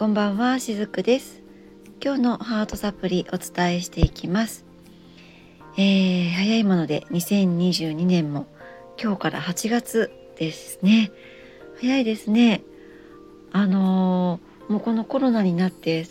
こんばんは、しずくです。今日のハートサプリお伝えしていきます。早いもので2022年も今日から8月ですね。早いですね。もうこのコロナになって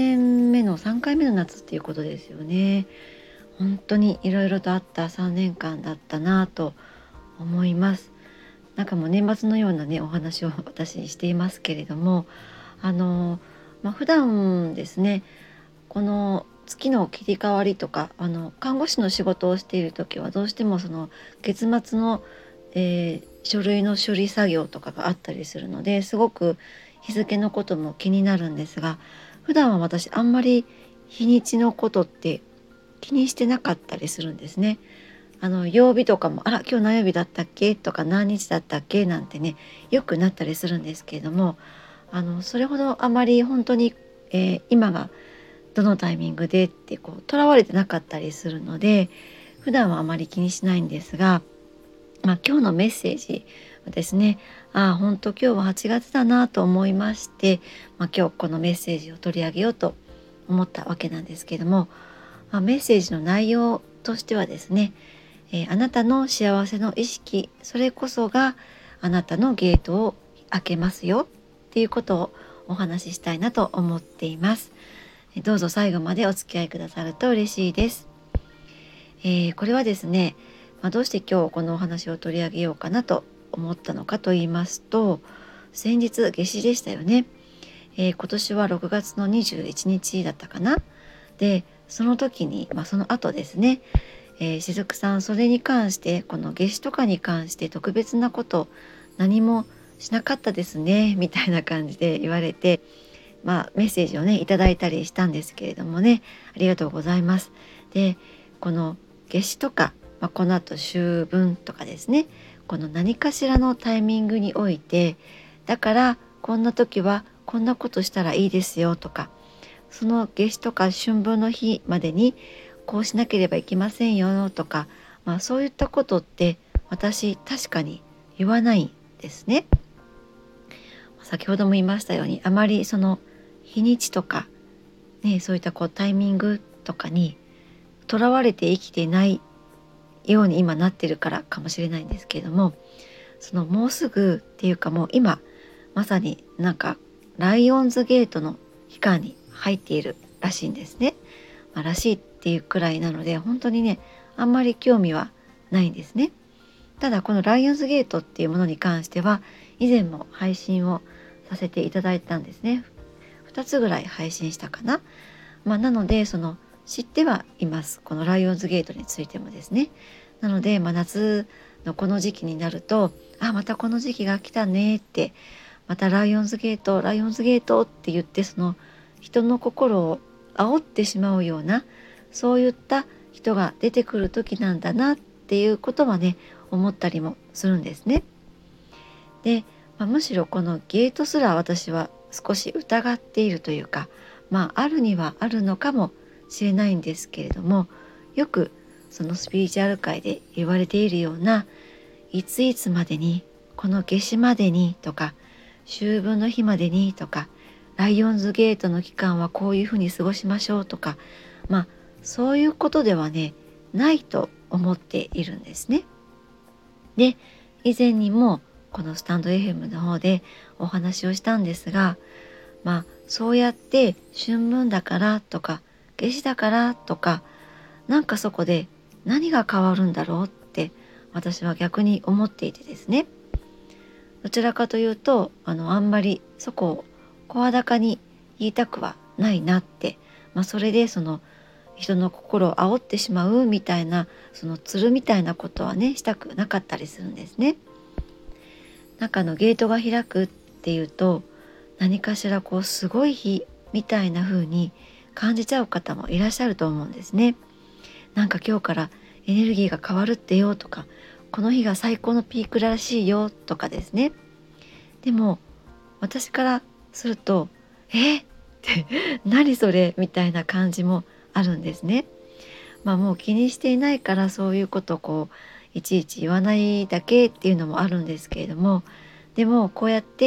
3回目の夏っていうことですよね。本当にいろいろとあった3年間だったなと思います。なんかもう年末のようなねお話を私していますけれども、普段ですね、この月の切り替わりとか看護師の仕事をしている時はどうしてもその月末の、書類の処理作業とかがあったりするので、すごく日付のことも気になるんですが、普段は私あんまり日にちのことって気にしてなかったりするんですね。曜日とかも今日何曜日だったっけとか何日だったっけなんてね、よくなったりするんですけれども、それほどあまり本当に、今がどのタイミングでってこうとらわれてなかったりするので、普段はあまり気にしないんですが、今日のメッセージはですね、本当今日は8月だなと思いまして、今日このメッセージを取り上げようと思ったわけなんですけども、メッセージの内容としてはですね、あなたの幸せの意識、それこそがあなたのゲートを開けますよっていうことをお話ししたいなと思っています。どうぞ最後までお付き合いくださると嬉しいです。これはですね、どうして今日このお話を取り上げようかなと思ったのかと言いますと、先日夏至でしたよね。今年は6月の21日だったかな。でその時に、その後ですね、しずくさんそれに関してこの夏至とかに関して特別なこと何もしなかったですねみたいな感じで言われて、メッセージをねいただいたりしたんですけれどもね、ありがとうございます。でこの夏至とか、この後秋分とかですね、この何かしらのタイミングにおいて、だからこんな時はこんなことしたらいいですよとか、その夏至とか春分の日までにこうしなければいけませんよとか、そういったことって私確かに言わないんですね。先ほども言いましたように、あまりその日にちとか、そういったこうタイミングとかにとらわれて生きていないように今なってるからかもしれないんですけれども、そのもうすぐっていうかもう今まさになんかライオンズゲートの期間に入っているらしいんですね。らしいっていうくらいなので本当にね、あんまり興味はないんですね。ただこのライオンズゲートっていうものに関しては以前も配信をさせていただいたんですね。2つぐらい配信したかな。なのでその知ってはいます、このライオンズゲートについてもですね。なので、夏のこの時期になると、またこの時期が来たねって、またライオンズゲートライオンズゲートって言って、その人の心を煽ってしまうような、そういった人が出てくる時なんだなっていうことはね、思ったりもするんですね。で、むしろこのゲートすら私は少し疑っているというか、あるにはあるのかもしれないんですけれども、よくそのスピリチュアル界で言われているような、いついつまでに、この夏至までにとか、秋分の日までにとか、ライオンズゲートの期間はこういうふうに過ごしましょうとか、そういうことではねないと思っているんですね。で、以前にもこのスタンド FM の方でお話をしたんですが、そうやって春分だからとか夏至だからとか、なんかそこで何が変わるんだろうって私は逆に思っていてですね。どちらかというとあんまりそこを声高に言いたくはないなって、それでその人の心を煽ってしまうみたいな、そのつるみたいなことはねしたくなかったりするんですね。中のゲートが開くっていうと、何かしらこうすごい日みたいな風に感じちゃう方もいらっしゃると思うんですね。なんか今日からエネルギーが変わるってよとか、この日が最高のピークらしいよとかですね。でも私からするとって何それみたいな感じもあるんですね。もう気にしていないからそういうことをこういちいち言わないだけっていうのもあるんですけれども、でもこうやって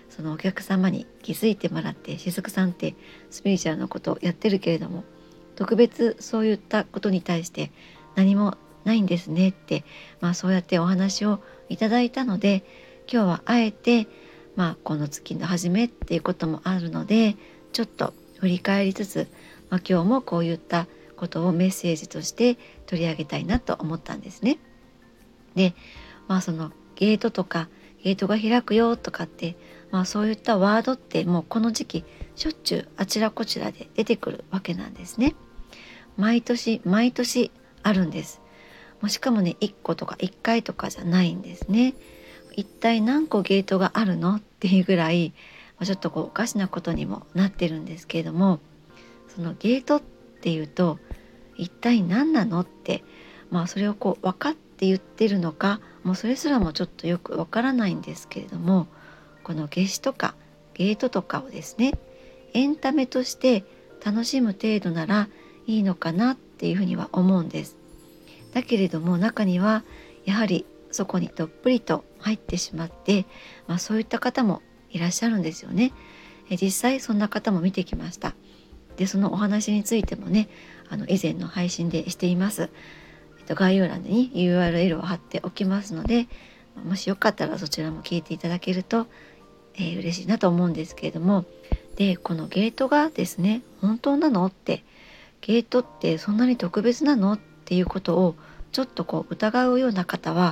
そのお客様に気づいてもらって、しずくさんってスピリチュアルのことをやってるけれども、特別そういったことに対して何もないんですねって、そうやってお話をいただいたので、今日はあえて、この月の初めっていうこともあるので、ちょっと振り返りつつ、今日もこういったことをメッセージとして取り上げたいなと思ったんですね。で、そのゲートとかゲートが開くよとかって、そういったワードってもうこの時期しょっちゅうあちらこちらで出てくるわけなんですね。毎年毎年あるんです。もしかもね、1個とか1回とかじゃないんですね。一体何個ゲートがあるのっていうぐらい、ちょっとおかしなことにもなってるんですけれども、そのゲートっていうと一体何なのって、それを分かって言ってるのか、もうそれすらもちょっとよくわからないんですけれども、この夏至とかゲートとかをですね、エンタメとして楽しむ程度ならいいのかなっていうふうには思うんです。だけれども中にはやはりそこにどっぷりと入ってしまって、そういった方もいらっしゃるんですよね。実際そんな方も見てきました。で、そのお話についてもね、以前の配信でしています。概要欄に URL を貼っておきますので、もしよかったらそちらも聞いていただけると、嬉しいなと思うんですけれども、でこのゲートがですね、本当なのって、ゲートってそんなに特別なのっていうことをちょっと疑うような方は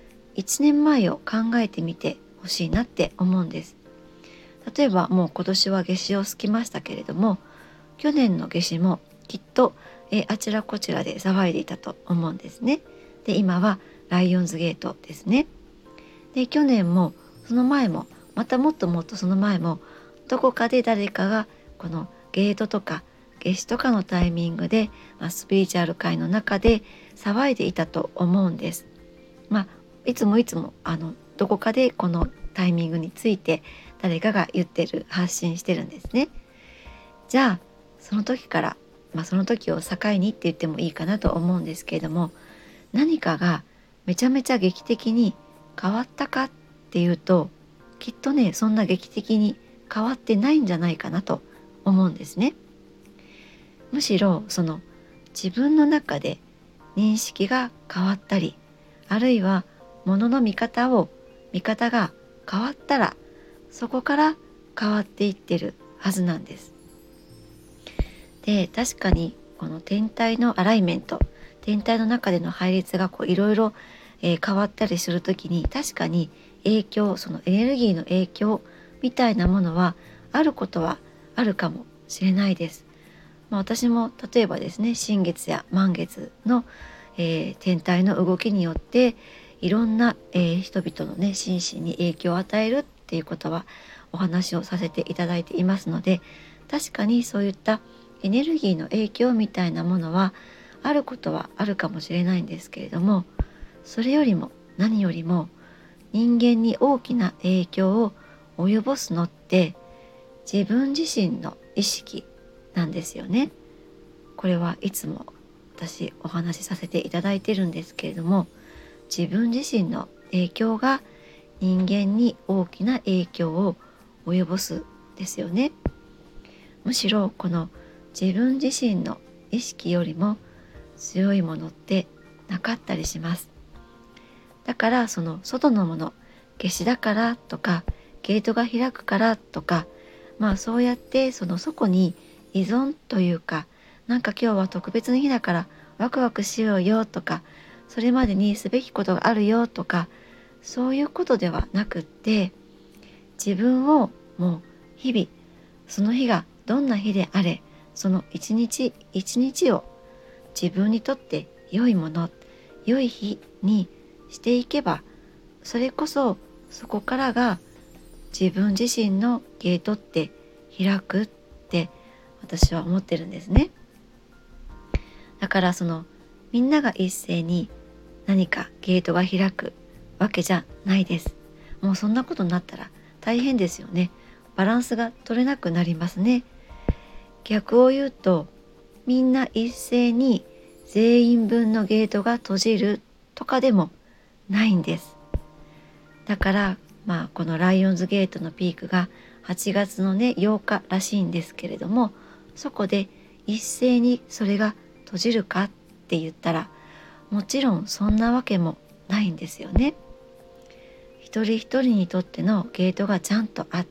1年前を考えてみてほしいなって思うんです。例えばもう今年は夏至を過ぎましたけれども、去年の夏至もきっとあちらこちらで騒いでいたと思うんですね。で、今はライオンズゲートですね。で、去年もその前もまたもっともっとその前も、どこかで誰かがこのゲートとか夏至とかのタイミングで、スピリチュアル界の中で騒いでいたと思うんです。いつもどこかでこのタイミングについて誰かが言ってる、発信してるんですね。じゃあその時から、その時を境にって言ってもいいかなと思うんですけれども、何かがめちゃめちゃ劇的に変わったかっていうと、きっとね、そんな劇的に変わってないんじゃないかなと思うんですね。むしろその自分の中で認識が変わったり、あるいは物の見方が変わったら、そこから変わっていってるはずなんです。で、確かにこの天体のアライメント、天体の中での配列がいろいろ変わったりするときに、確かに影響、そのエネルギーの影響みたいなものはあることはあるかもしれないです。私も例えばですね、新月や満月の、天体の動きによっていろんな、人々のね、心身に影響を与えるっていうことはお話をさせていただいていますので、確かにそういったエネルギーの影響みたいなものはあることはあるかもしれないんですけれども、それよりも何よりも人間に大きな影響を及ぼすのって自分自身の意識なんですよね。これはいつも私お話しさせていただいてるんですけれども、自分自身の影響が人間に大きな影響を及ぼすですよね。むしろこの自分自身の意識よりも強いものってなかったりします。だからその外のもの、夏至だからとかゲートが開くからとか、そうやってそのそこに依存というか、なんか今日は特別な日だからワクワクしようよとか、それまでにすべきことがあるよとか、そういうことではなくって、自分をもう日々、その日がどんな日であれ、その一日一日を自分にとって良いもの、良い日にしていけば、それこそそこからが自分自身のゲートって開くって私は思ってるんですね。だからそのみんなが一斉に何かゲートが開くわけじゃないです。もうそんなことになったら大変ですよね。バランスが取れなくなりますね。逆を言うと、みんな一斉に全員分のゲートが閉じるとかでもないんです。だからこのライオンズゲートのピークが8月のね8日らしいんですけれども、そこで一斉にそれが閉じるかって言ったら、もちろんそんなわけもないんですよね。一人一人にとってのゲートがちゃんとあって、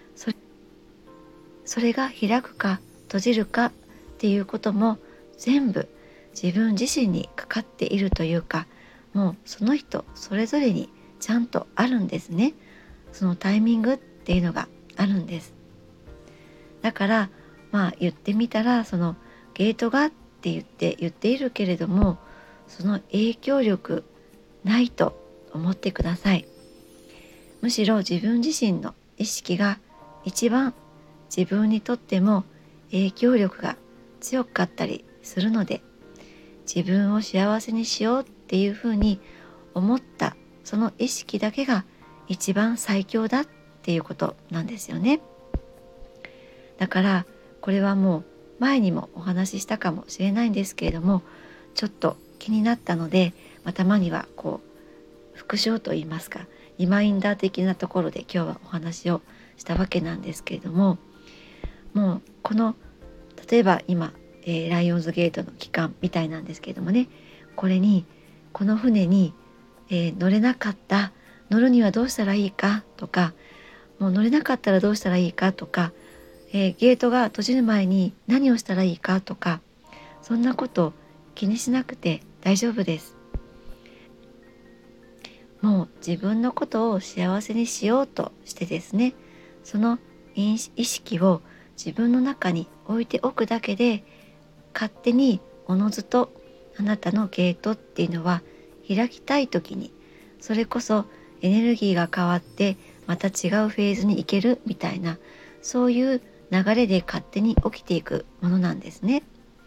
それが開くか閉じるかっていうことも全部自分自身にかかっているというか、もうその人それぞれにちゃんとあるんですね。そのタイミングっていうのがあるんです。だから言ってみたら、そのゲートがって言っているけれども、その影響力ないと思ってください。むしろ自分自身の意識が一番自分にとっても影響力が強かったりするので、自分を幸せにしようっていうふうに思ったその意識だけが一番最強だっていうことなんですよね。だからこれはもう前にもお話ししたかもしれないんですけれども、ちょっと気になったので、たまには復唱といいますか、リマインダー的なところで今日はお話をしたわけなんですけれども、もうこの例えば今、ライオンズゲートの期間みたいなんですけれどもね、この船に、乗れなかった、乗るにはどうしたらいいかとか、もう乗れなかったらどうしたらいいかとか、ゲートが閉じる前に何をしたらいいかとか、そんなこと気にしなくて大丈夫です。もう自分のことを幸せにしようとしてですね、その意識を自分の中に置いておくだけで、勝手におのずとあなたのゲートっていうのは開きたい時に、それこそエネルギーが変わってまた違うフェーズに行けるみたいな、そういう流れで勝手に起きていくものなんですね。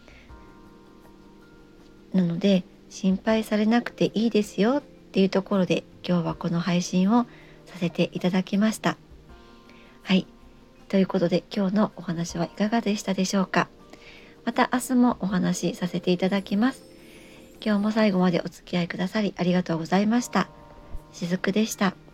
なので心配されなくていいですよっていうところで、今日はこの配信をさせていただきました。はい、ということで今日のお話はいかがでしたでしょうか。また明日もお話しさせていただきます。今日も最後までお付き合いくださりありがとうございました。しずくでした。